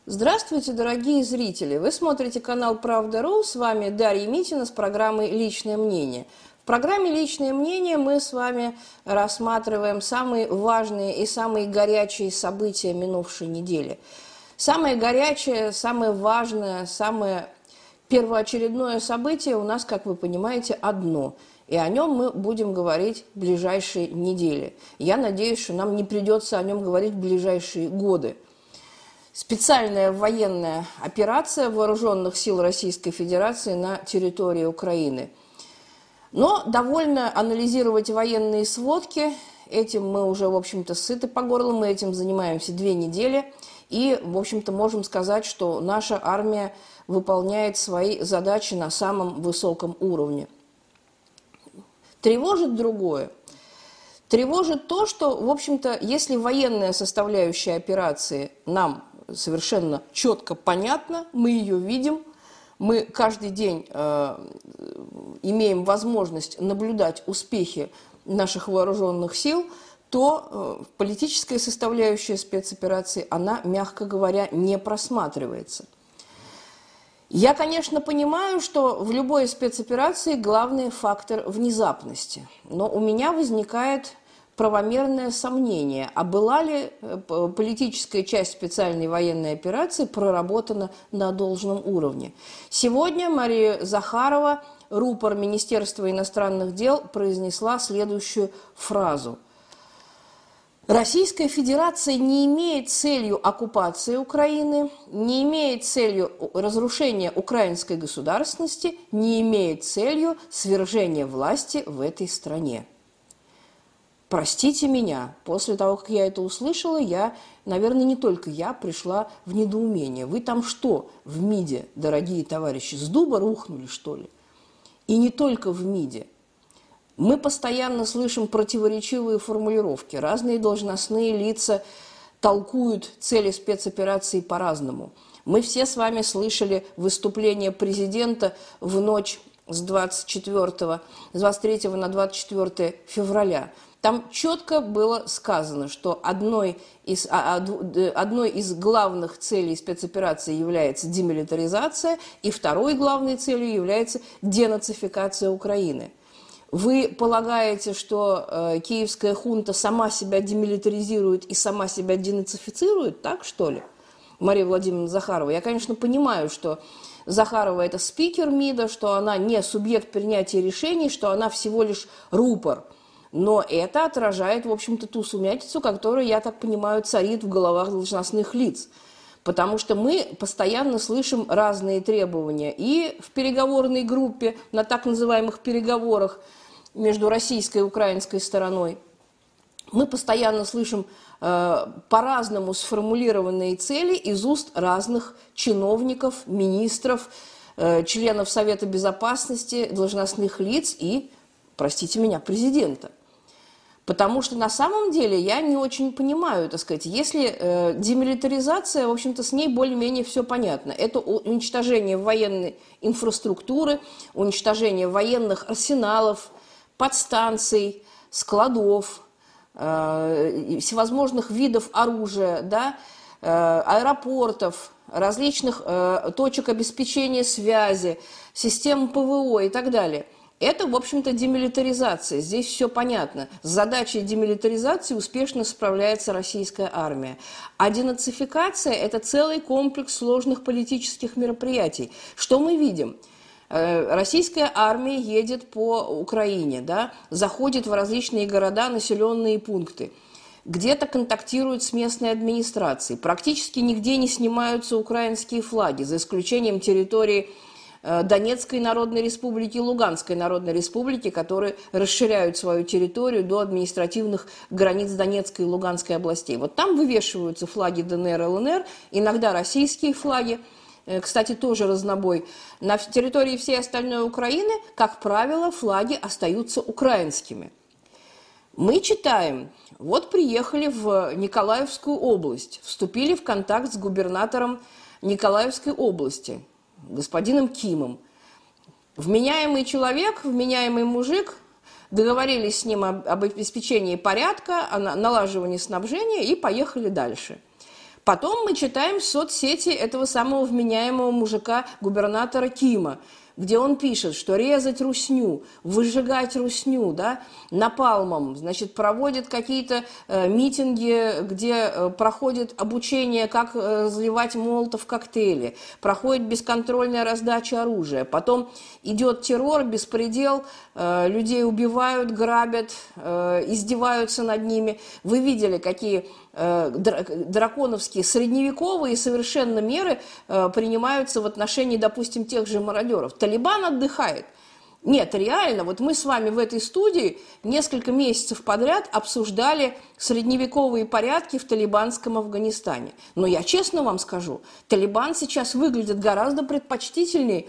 Здравствуйте, дорогие зрители! Вы смотрите канал «Правда.ру», с вами Дарья Митина с программой «Личное мнение». В программе «Личное мнение» мы с вами рассматриваем самые важные и самые горячие события минувшей недели. Самое горячее, самое важное, самое первоочередное событие у нас, как вы понимаете, одно. И о нем мы будем говорить в ближайшие недели. Я надеюсь, что нам не придется о нем говорить в ближайшие годы. Специальная военная операция вооруженных сил Российской Федерации на территории Украины. Но довольно анализировать военные сводки. Этим мы уже, в общем-то, сыты по горло. Мы этим занимаемся 2 недели. И, в общем-то, можем сказать, что наша армия выполняет свои задачи на самом высоком уровне. Тревожит другое. Тревожит то, что, в общем-то, если военная составляющая операции нам совершенно четко понятна, мы ее видим, мы каждый день имеем возможность наблюдать успехи наших вооруженных сил, то политическая составляющая спецоперации, она, мягко говоря, не просматривается. Я, конечно, понимаю, что в любой спецоперации главный фактор внезапности, но у меня возникает правомерное сомнение, а была ли политическая часть специальной военной операции проработана на должном уровне. Сегодня Мария Захарова, рупор Министерства иностранных дел, произнесла следующую фразу. Российская Федерация не имеет целью оккупации Украины, не имеет целью разрушения украинской государственности, не имеет целью свержения власти в этой стране. Простите меня, после того, как я это услышала, наверное, не только я, пришла в недоумение. Вы там что, в МИДе, дорогие товарищи, с дуба рухнули, что ли? И не только в МИДе. Мы постоянно слышим противоречивые формулировки. Разные должностные лица толкуют цели спецоперации по-разному. Мы все с вами слышали выступление президента в ночь с 23 на 24 февраля. Там четко было сказано, что одной из главных целей спецоперации является демилитаризация, и второй главной целью является денацификация Украины. Вы полагаете, что киевская хунта сама себя демилитаризирует и сама себя денацифицирует, так что ли, Мария Владимировна Захарова? Я, конечно, понимаю, что Захарова – это спикер МИДа, что она не субъект принятия решений, что она всего лишь рупор. Но это отражает, в общем-то, ту сумятицу, которая, я так понимаю, царит в головах должностных лиц. Потому что мы постоянно слышим разные требования и в переговорной группе, на так называемых переговорах между российской и украинской стороной. Мы постоянно слышим по-разному сформулированные цели из уст разных чиновников, министров, членов Совета Безопасности, должностных лиц и, простите меня, президента. Потому что на самом деле я не очень понимаю, так сказать, если демилитаризация, в общем-то, с ней более-менее все понятно. Это уничтожение военной инфраструктуры, уничтожение военных арсеналов, подстанций, складов, всевозможных видов оружия, да, аэропортов, различных точек обеспечения связи, систем ПВО и так далее. Это, в общем-то, демилитаризация. Здесь все понятно. С задачей демилитаризации успешно справляется российская армия. А денацификация – это целый комплекс сложных политических мероприятий. Что мы видим? Российская армия едет по Украине, да, заходит в различные города, населенные пункты. Где-то контактируют с местной администрацией. Практически нигде не снимаются украинские флаги, за исключением территории Донецкой Народной Республики и Луганской Народной Республики, которые расширяют свою территорию до административных границ Донецкой и Луганской областей. Вот там вывешиваются флаги ДНР, ЛНР, иногда российские флаги, кстати, тоже разнобой. На территории всей остальной Украины, как правило, флаги остаются украинскими. Мы читаем, вот приехали в Николаевскую область, вступили в контакт с губернатором Николаевской области, господином Кимом. Вменяемый человек, вменяемый мужик, договорились с ним об обеспечении порядка, о налаживании снабжения и поехали дальше. Потом мы читаем в соцсети этого самого вменяемого мужика, губернатора Кима, где он пишет, что резать русню, выжигать русню, да, напалмом, значит, проводит какие-то митинги, где проходит обучение, как заливать молотов коктейли, проходит бесконтрольная раздача оружия, потом идет террор, беспредел, людей убивают, грабят, издеваются над ними. Вы видели, какие драконовские средневековые совершенно меры принимаются в отношении, допустим, тех же мародеров. Талибан отдыхает. Нет, реально, вот мы с вами в этой студии несколько месяцев подряд обсуждали средневековые порядки в талибанском Афганистане. Но я честно вам скажу, Талибан сейчас выглядит гораздо предпочтительнее,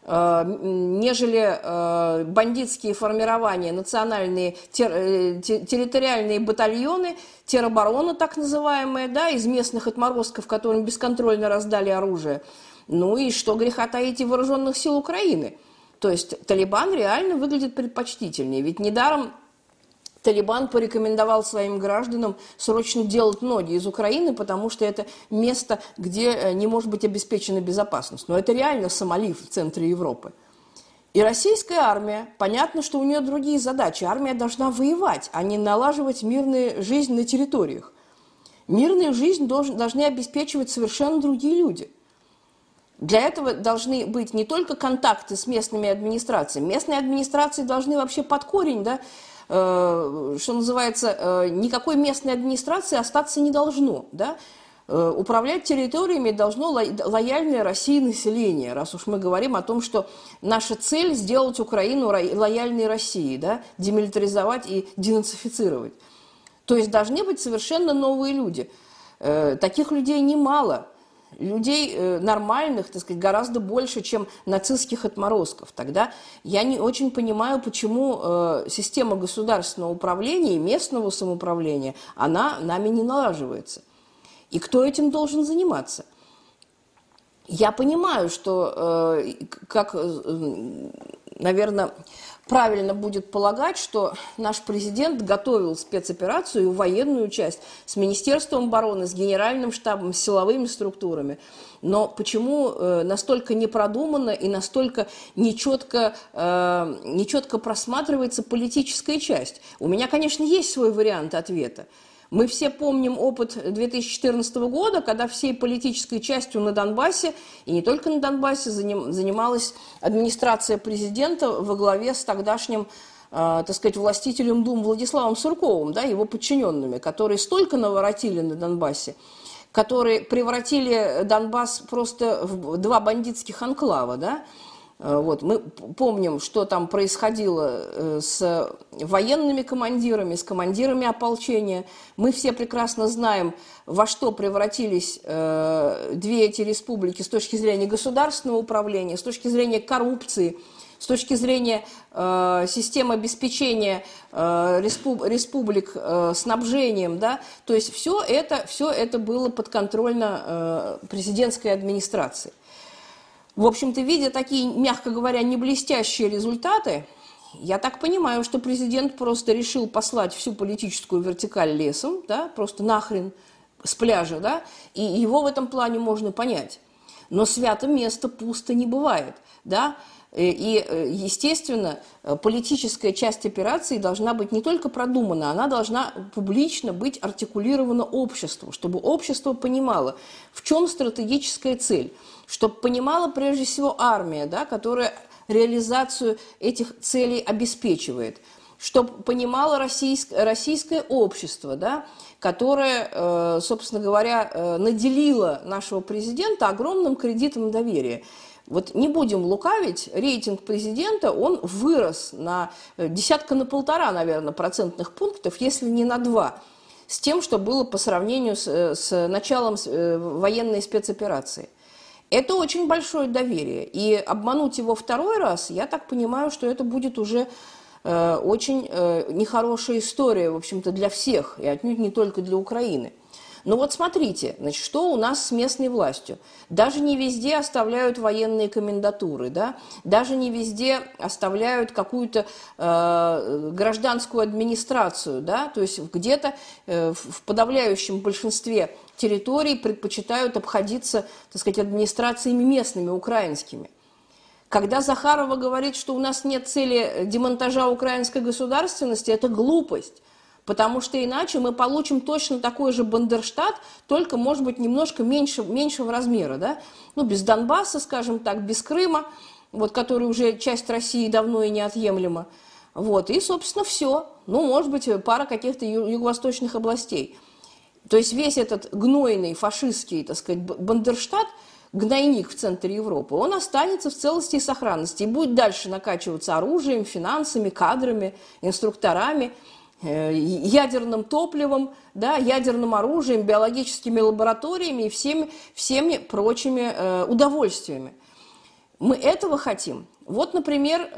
нежели бандитские формирования, национальные территориальные батальоны, тероборона так называемая, да, из местных отморозков, которым бесконтрольно раздали оружие. Ну и что греха таить, и вооруженных сил Украины. То есть Талибан реально выглядит предпочтительнее. Ведь недаром Талибан порекомендовал своим гражданам срочно делать ноги из Украины, потому что это место, где не может быть обеспечена безопасность. Но это реально Сомали в центре Европы. И российская армия, понятно, что у нее другие задачи. Армия должна воевать, а не налаживать мирную жизнь на территориях. Мирную жизнь должны обеспечивать совершенно другие люди. Для этого должны быть не только контакты с местными администрациями. Местные администрации должны вообще под корень, да, что называется, никакой местной администрации остаться не должно. Да? Управлять территориями должно лояльное России население, раз уж мы говорим о том, что наша цель сделать Украину лояльной России, да? Демилитаризовать и денацифицировать. То есть должны быть совершенно новые люди. Таких людей немало. Людей нормальных, так сказать, гораздо больше, чем нацистских отморозков. Тогда я не очень понимаю, почему система государственного управления и местного самоуправления, она нами не налаживается. И кто этим должен заниматься? Я понимаю, что, как, наверное, правильно будет полагать, что наш президент готовил спецоперацию, военную часть с Министерством обороны, с Генеральным штабом, с силовыми структурами. Но почему настолько непродуманно и настолько нечетко просматривается политическая часть? У меня, конечно, есть свой вариант ответа. Мы все помним опыт 2014 года, когда всей политической частью на Донбассе, и не только на Донбассе, занималась администрация президента во главе с тогдашним, так сказать, властителем Дум Владиславом Сурковым, да, его подчиненными, которые столько наворотили на Донбассе, которые превратили Донбасс просто в два бандитских анклава, да. Вот, мы помним, что там происходило с военными командирами, с командирами ополчения. Мы все прекрасно знаем, во что превратились две эти республики с точки зрения государственного управления, с точки зрения коррупции, с точки зрения системы обеспечения республик снабжением. Да? То есть все это было подконтрольно президентской администрации. В общем-то, видя такие, мягко говоря, не блестящие результаты, я так понимаю, что президент просто решил послать всю политическую вертикаль лесом, да, просто нахрен с пляжа, да, и его в этом плане можно понять. Но свято место пусто не бывает, да, и, естественно, политическая часть операции должна быть не только продумана, она должна публично быть артикулирована обществу, чтобы общество понимало, в чем стратегическая цель, чтобы понимала прежде всего армия, да, которая реализацию этих целей обеспечивает, чтобы понимало российское общество, да, которое, собственно говоря, наделило нашего президента огромным кредитом доверия. Вот не будем лукавить, рейтинг президента, он вырос на десятка на полтора, наверное, процентных пунктов, если не на 2, с тем, что было по сравнению с началом военной спецоперации. Это очень большое доверие. И обмануть его второй раз, я так понимаю, что это будет уже очень нехорошая история, в общем-то, для всех, и отнюдь не только для Украины. Но вот смотрите, значит, что у нас с местной властью. Даже не везде оставляют военные комендатуры, да? Даже не везде оставляют какую-то гражданскую администрацию, да? То есть где-то в подавляющем большинстве территорий предпочитают обходиться, так сказать, администрациями местными, украинскими. Когда Захарова говорит, что у нас нет цели демонтажа украинской государственности, это глупость. Потому что иначе мы получим точно такой же Бандерштат, только, может быть, немножко меньшего размера. Да? Ну, без Донбасса, скажем так, без Крыма, вот, который уже часть России давно и неотъемлема. Вот, и, собственно, все. Ну, может быть, пара каких-то юго-восточных областей. То есть весь этот гнойный, фашистский, так сказать, Бандерштат, гнойник в центре Европы, он останется в целости и сохранности и будет дальше накачиваться оружием, финансами, кадрами, инструкторами, ядерным топливом, да, ядерным оружием, биологическими лабораториями и всеми прочими удовольствиями. Мы этого хотим. Вот, например,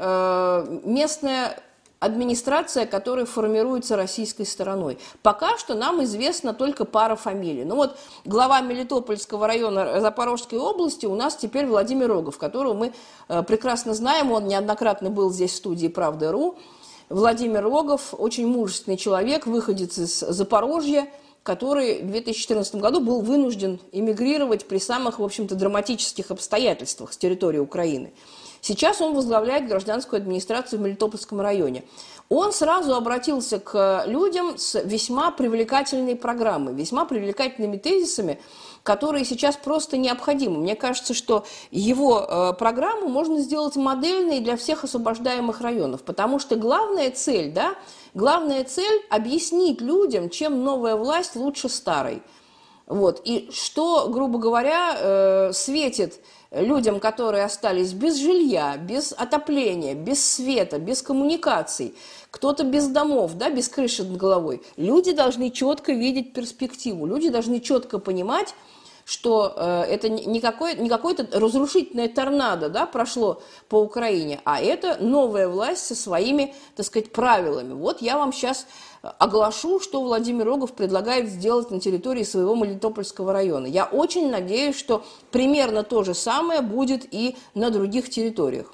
местная администрация, которая формируется российской стороной. Пока что нам известна только пара фамилий. Ну вот глава Мелитопольского района Запорожской области у нас теперь Владимир Рогов, которого мы прекрасно знаем, он неоднократно был здесь в студии «Правда.ру». Владимир Рогов, очень мужественный человек, выходец из Запорожья, который в 2014 году был вынужден эмигрировать при самых, в общем-то, драматических обстоятельствах с территории Украины. Сейчас он возглавляет гражданскую администрацию в Мелитопольском районе. Он сразу обратился к людям с весьма привлекательной программой, весьма привлекательными тезисами, которые сейчас просто необходимы. Мне кажется, что его программу можно сделать модельной для всех освобождаемых районов, потому что главная цель, да, главная цель – объяснить людям, чем новая власть лучше старой. Вот. И что, грубо говоря, светит людям, которые остались без жилья, без отопления, без света, без коммуникаций, кто-то без домов, да, без крыши над головой. Люди должны четко видеть перспективу, люди должны четко понимать, что это не какое-то разрушительное торнадо, да, прошло по Украине, а это новая власть со своими, так сказать, правилами. Вот я вам сейчас оглашу, что Владимир Рогов предлагает сделать на территории своего Мелитопольского района. Я очень надеюсь, что примерно то же самое будет и на других территориях.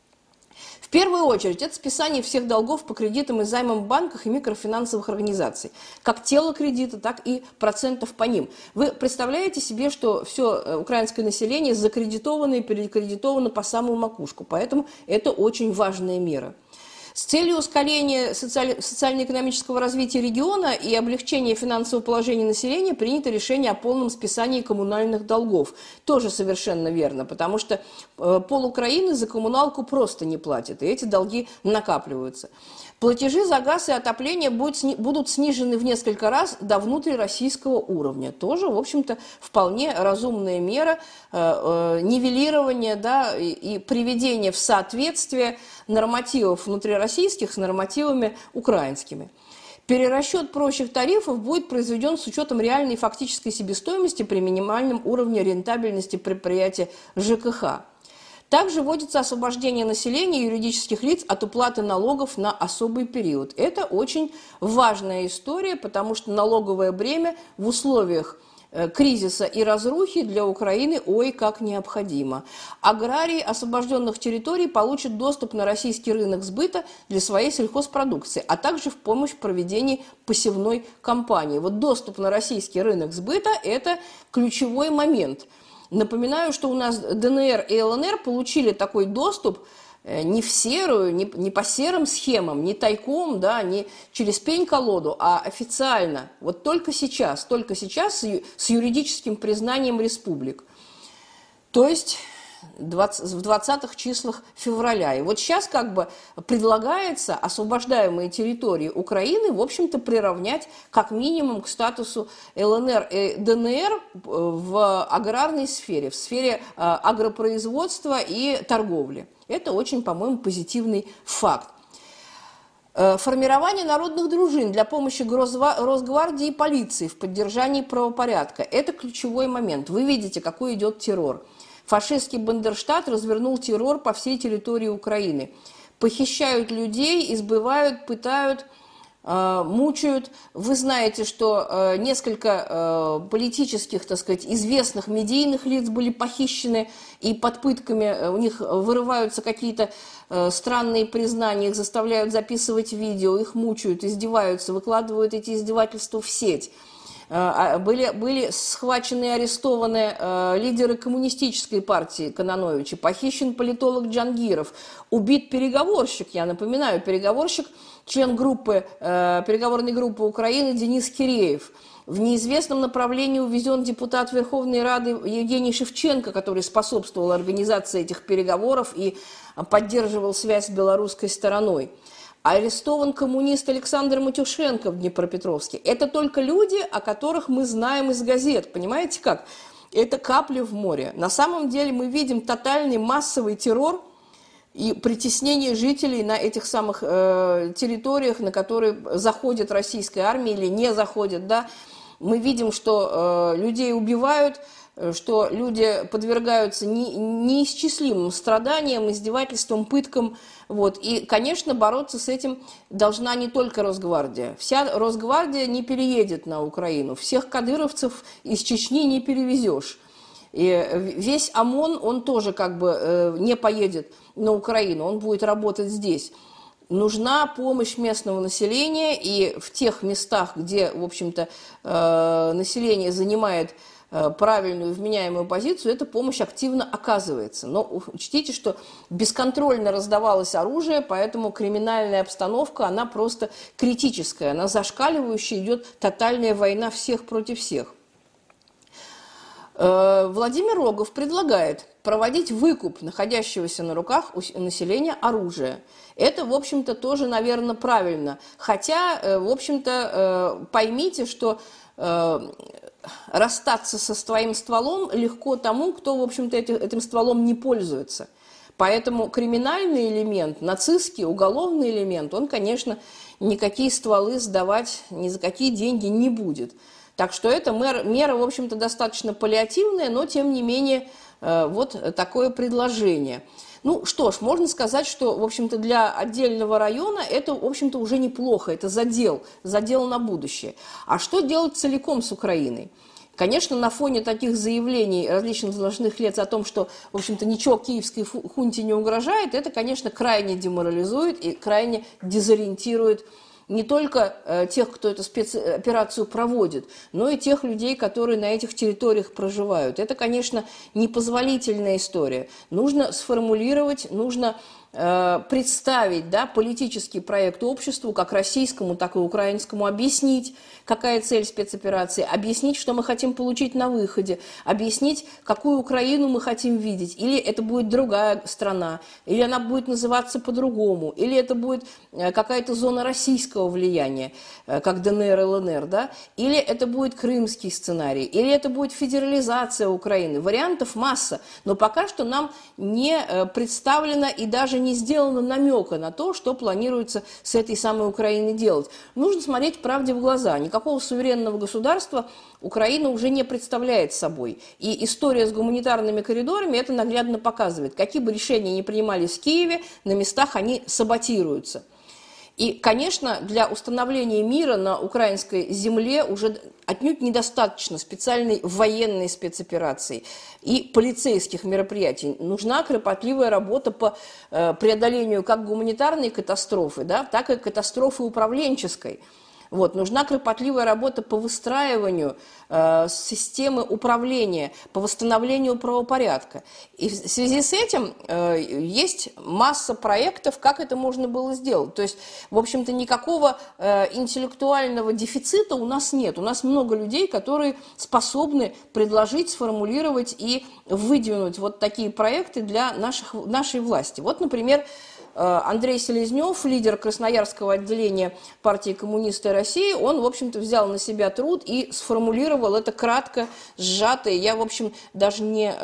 В первую очередь, это списание всех долгов по кредитам и займам в банках и микрофинансовых организаций. Как тело кредита, так и процентов по ним. Вы представляете себе, что все украинское население закредитовано и перекредитовано по самую макушку. Поэтому это очень важная мера. С целью ускорения социально-экономического развития региона и облегчения финансового положения населения принято решение о полном списании коммунальных долгов. Тоже совершенно верно, потому что пол Украины за коммуналку просто не платит, и эти долги накапливаются. Платежи за газ и отопление будут снижены в несколько раз до внутрироссийского уровня. Тоже, в общем-то, вполне разумная мера нивелирования, да, и приведения в соответствие нормативов внутрироссийских с нормативами украинскими. Перерасчет прочих тарифов будет произведен с учетом реальной и фактической себестоимости при минимальном уровне рентабельности предприятия ЖКХ. Также вводится освобождение населения и юридических лиц от уплаты налогов на особый период. Это очень важная история, потому что налоговое бремя в условиях кризиса и разрухи для Украины ой как необходимо. Аграрии освобожденных территорий получат доступ на российский рынок сбыта для своей сельхозпродукции, а также в помощь в проведении посевной кампании. Вот доступ на российский рынок сбыта – это ключевой момент. Напоминаю, что у нас ДНР и ЛНР получили такой доступ не в серую, не по серым схемам, не тайком, да, не через пень-колоду, а официально. Вот только сейчас с юридическим признанием республик. То есть в 20-х числах февраля. И вот сейчас как бы предлагается освобождаемые территории Украины, в общем-то, приравнять как минимум к статусу ЛНР и ДНР в аграрной сфере, в сфере агропроизводства и торговли. Это очень, по-моему, позитивный факт. Формирование народных дружин для помощи Росгвардии и полиции в поддержании правопорядка. Это ключевой момент. Вы видите, какой идет террор. Фашистский Бандерштат развернул террор по всей территории Украины. Похищают людей, избивают, пытают, мучают. Вы знаете, что несколько политических, так сказать, известных медийных лиц были похищены, и под пытками у них вырываются какие-то странные признания, их заставляют записывать видео, их мучают, издеваются, выкладывают эти издевательства в сеть. были схвачены и арестованы лидеры коммунистической партии Кононовича, похищен политолог Джангиров, убит переговорщик, я напоминаю, переговорщик, член переговорной группы Украины Денис Киреев. В неизвестном направлении увезен депутат Верховной Рады Евгений Шевченко, который способствовал организации этих переговоров и поддерживал связь с белорусской стороной. Арестован коммунист Александр Матюшенко в Днепропетровске. Это только люди, о которых мы знаем из газет. Понимаете как? Это капли в море. На самом деле мы видим тотальный массовый террор и притеснение жителей на этих самых территориях, на которые заходит российская армия или не заходит. Да? Мы видим, что людей убивают, что люди подвергаются неисчислимым страданиям, издевательствам, пыткам. Вот. И, конечно, бороться с этим должна не только Росгвардия. Вся Росгвардия не переедет на Украину. Всех кадыровцев из Чечни не перевезешь. И весь ОМОН, он тоже как бы не поедет на Украину, он будет работать здесь. Нужна помощь местного населения, и в тех местах, где, в общем-то, население занимает правильную, вменяемую позицию, эта помощь активно оказывается. Но учтите, что бесконтрольно раздавалось оружие, поэтому криминальная обстановка, она просто критическая, она зашкаливающая, идет тотальная война всех против всех. Владимир Рогов предлагает проводить выкуп находящегося на руках у населения оружия. Это, в общем-то, тоже, наверное, правильно. Хотя, в общем-то, поймите, что расстаться со своим стволом легко тому, кто, в общем-то, этим стволом не пользуется. Поэтому криминальный элемент, нацистский, уголовный элемент, он, конечно, никакие стволы сдавать ни за какие деньги не будет. Так что эта мера, в общем-то, достаточно паллиативная, но, тем не менее, вот такое предложение. Ну что ж, можно сказать, что, в общем-то, для отдельного района это, в общем-то, уже неплохо, это задел на будущее. А что делать целиком с Украиной? Конечно, на фоне таких заявлений различных должностных лиц о том, что, в общем-то, ничего киевской хунте не угрожает, это, конечно, крайне деморализует и крайне дезориентирует не только тех, кто эту спецоперацию проводит, но и тех людей, которые на этих территориях проживают. Это, конечно, непозволительная история. Нужно сформулировать, нужно представить, да, политический проект обществу, как российскому, так и украинскому, объяснить, какая цель спецоперации, объяснить, что мы хотим получить на выходе, объяснить, какую Украину мы хотим видеть. Или это будет другая страна, или она будет называться по-другому, или это будет какая-то зона российского влияния, как ДНР, ЛНР, да? Или это будет крымский сценарий, или это будет федерализация Украины. Вариантов масса, но пока что нам не представлено и даже не сделано намека на то, что планируется с этой самой Украиной делать. Нужно смотреть правде в глаза. Никакого суверенного государства Украина уже не представляет собой. И история с гуманитарными коридорами это наглядно показывает. Какие бы решения ни принимались в Киеве, на местах они саботируются. И, конечно, для установления мира на украинской земле уже отнюдь недостаточно специальной военной спецоперации и полицейских мероприятий. Нужна кропотливая работа по преодолению как гуманитарной катастрофы, да, так и катастрофы управленческой. Вот, нужна кропотливая работа по выстраиванию системы управления, по восстановлению правопорядка. И в связи с этим есть масса проектов, как это можно было сделать. То есть, в общем-то, никакого интеллектуального дефицита у нас нет. У нас много людей, которые способны предложить, сформулировать и выдвинуть вот такие проекты для нашей власти. Вот, например, Андрей Селезнев, лидер Красноярского отделения партии «Коммунисты России», он, в общем-то, взял на себя труд и сформулировал это кратко, сжато. Я, в общем, даже не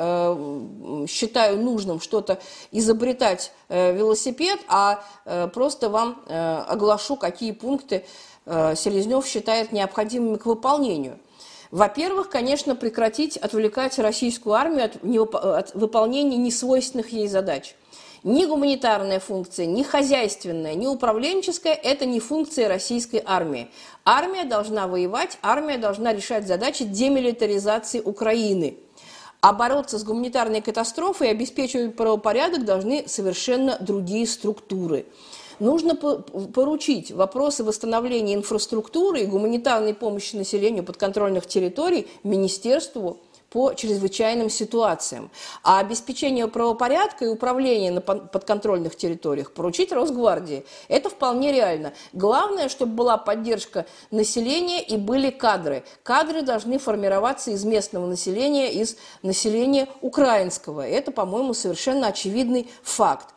считаю нужным что-то изобретать велосипед, а просто вам оглашу, какие пункты Селезнев считает необходимыми к выполнению. Во-первых, конечно, прекратить отвлекать российскую армию от выполнения несвойственных ей задач. Ни гуманитарная функция, ни хозяйственная, ни управленческая – это не функция российской армии. Армия должна воевать, армия должна решать задачи демилитаризации Украины. А бороться с гуманитарной катастрофой и обеспечивать правопорядок должны совершенно другие структуры. Нужно поручить вопросы восстановления инфраструктуры и гуманитарной помощи населению подконтрольных территорий Министерству по чрезвычайным ситуациям. А обеспечение правопорядка и управления на подконтрольных территориях поручить Росгвардии. Это вполне реально. Главное, чтобы была поддержка населения и были кадры. Кадры должны формироваться из местного населения, из населения украинского. Это, по-моему, совершенно очевидный факт.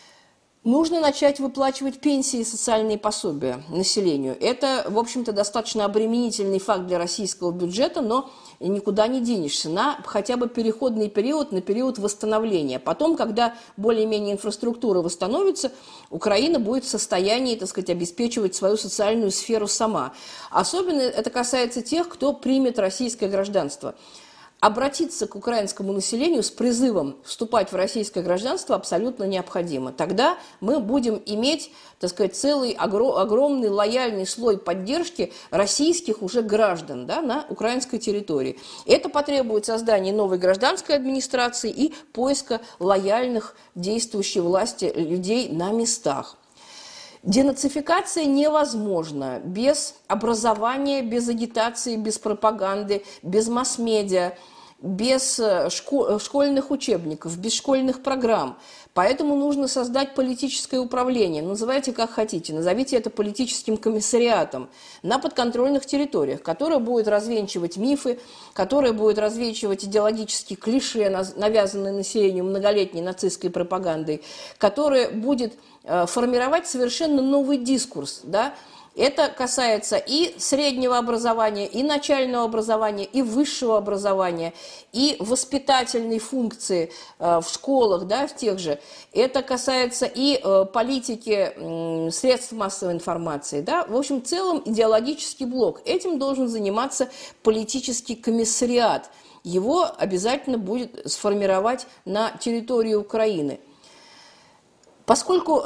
Нужно начать выплачивать пенсии и социальные пособия населению. Это, в общем-то, достаточно обременительный факт для российского бюджета, но никуда не денешься на хотя бы переходный период, на период восстановления. Потом, когда более-менее инфраструктура восстановится, Украина будет в состоянии, так сказать, обеспечивать свою социальную сферу сама. Особенно это касается тех, кто примет российское гражданство. Обратиться к украинскому населению с призывом вступать в российское гражданство абсолютно необходимо. Тогда мы будем иметь, так сказать, целый огромный лояльный слой поддержки российских уже граждан, да, на украинской территории. Это потребует создания новой гражданской администрации и поиска лояльных действующей власти людей на местах. Денацификация невозможна без образования, без агитации, без пропаганды, без масс-медиа, без школьных учебников, без школьных программ. Поэтому нужно создать политическое управление. Называйте как хотите, назовите это политическим комиссариатом на подконтрольных территориях, которое будет развенчивать мифы, которое будет развенчивать идеологические клише, навязанные населению многолетней нацистской пропагандой, которое будет формировать совершенно новый дискурс, да? Это касается и среднего образования, и начального образования, и высшего образования, и воспитательной функции в школах, да, в тех же. Это касается и политики средств массовой информации. Да. В общем, в целом идеологический блок. Этим должен заниматься политический комиссариат. Его обязательно будет сформировать на территории Украины. Поскольку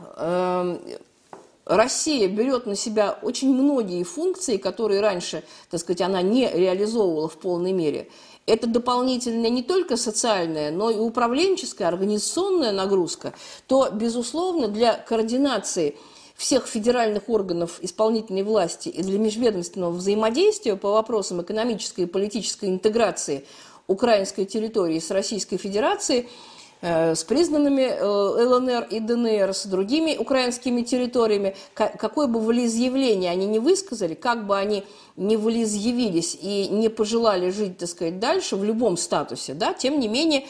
Россия берет на себя очень многие функции, которые раньше, так сказать, она не реализовывала в полной мере, это дополнительная не только социальная, но и управленческая, организационная нагрузка, то, безусловно, для координации всех федеральных органов исполнительной власти и для межведомственного взаимодействия по вопросам экономической и политической интеграции украинской территории с Российской Федерацией, с признанными ЛНР и ДНР, с другими украинскими территориями, какое бы волеизъявление они не высказали, как бы они не волеизъявились и не пожелали жить, так сказать, дальше в любом статусе, да, тем не менее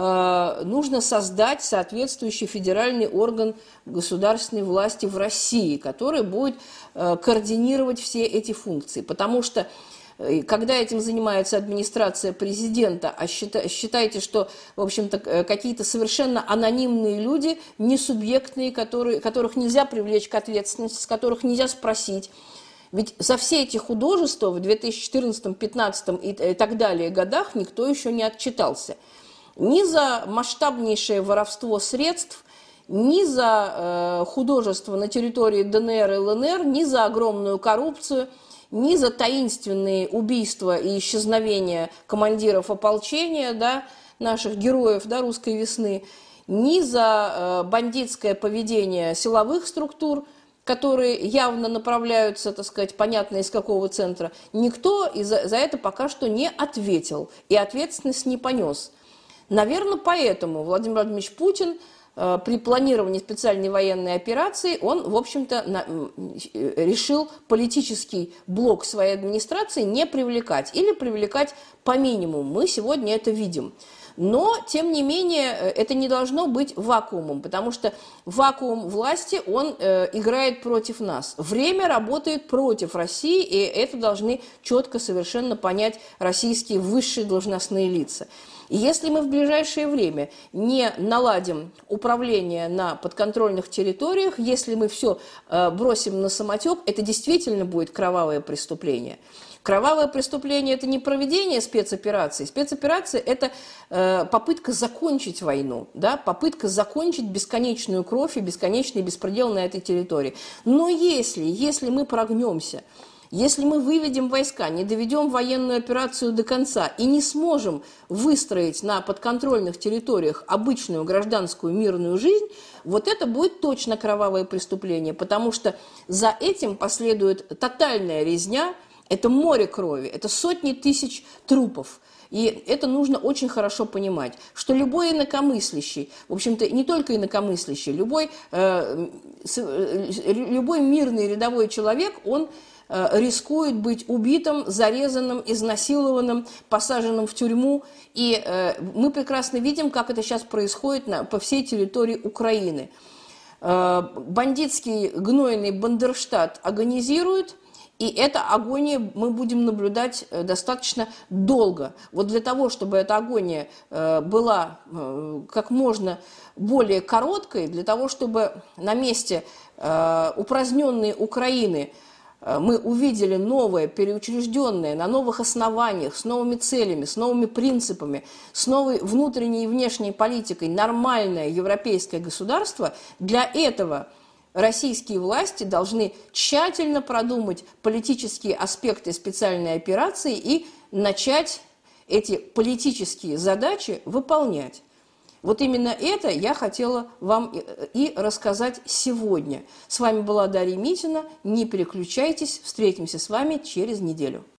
нужно создать соответствующий федеральный орган государственной власти в России, который будет координировать все эти функции, потому что когда этим занимается администрация президента, а считайте, что, в общем-то, какие-то совершенно анонимные люди, несубъектные, которых нельзя привлечь к ответственности, с которых нельзя спросить. Ведь за все эти художества в 2014, 2015 и так далее годах никто еще не отчитался. Ни за масштабнейшее воровство средств, ни за художество на территории ДНР и ЛНР, ни за огромную коррупцию, ни за таинственные убийства и исчезновения командиров ополчения, да, наших героев, да, русской весны, ни за бандитское поведение силовых структур, которые явно направляются, так сказать, понятно из какого центра, никто за это пока что не ответил и ответственность не понес. Наверное, поэтому Владимир Владимирович Путин при планировании специальной военной операции, он, в общем-то, решил политический блок своей администрации не привлекать или привлекать по минимуму. Мы сегодня это видим. Но, тем не менее, это не должно быть вакуумом, потому что вакуум власти, он играет против нас. Время работает против России, и это должны четко совершенно понять российские высшие должностные лица. И если мы в ближайшее время не наладим управление на подконтрольных территориях, если мы все бросим на самотек, это действительно будет кровавое преступление. Кровавое преступление – это не проведение спецоперации. Спецоперация – это попытка закончить войну, да? Попытка закончить бесконечную кровь и бесконечный беспредел на этой территории. Но если мы прогнемся, Если мы выведем войска, не доведем военную операцию до конца и не сможем выстроить на подконтрольных территориях обычную гражданскую мирную жизнь, вот это будет точно кровавое преступление, потому что за этим последует тотальная резня, это море крови, это сотни тысяч трупов. И это нужно очень хорошо понимать, что любой инакомыслящий, в общем-то, не только инакомыслящий, любой мирный рядовой человек, он рискует быть убитым, зарезанным, изнасилованным, посаженным в тюрьму. И мы прекрасно видим, как это сейчас происходит по всей территории Украины. Бандитский гнойный Бандерштат агонизирует, и эта агония мы будем наблюдать достаточно долго. Вот для того, чтобы эта агония была как можно более короткой, для того, чтобы на месте упраздненной Украины мы увидели новое, переучрежденное, на новых основаниях, с новыми целями, с новыми принципами, с новой внутренней и внешней политикой нормальное европейское государство, для этого российские власти должны тщательно продумать политические аспекты специальной операции и начать эти политические задачи выполнять. Вот именно это я хотела вам и рассказать сегодня. С вами была Дарья Митина. Не переключайтесь, встретимся с вами через неделю.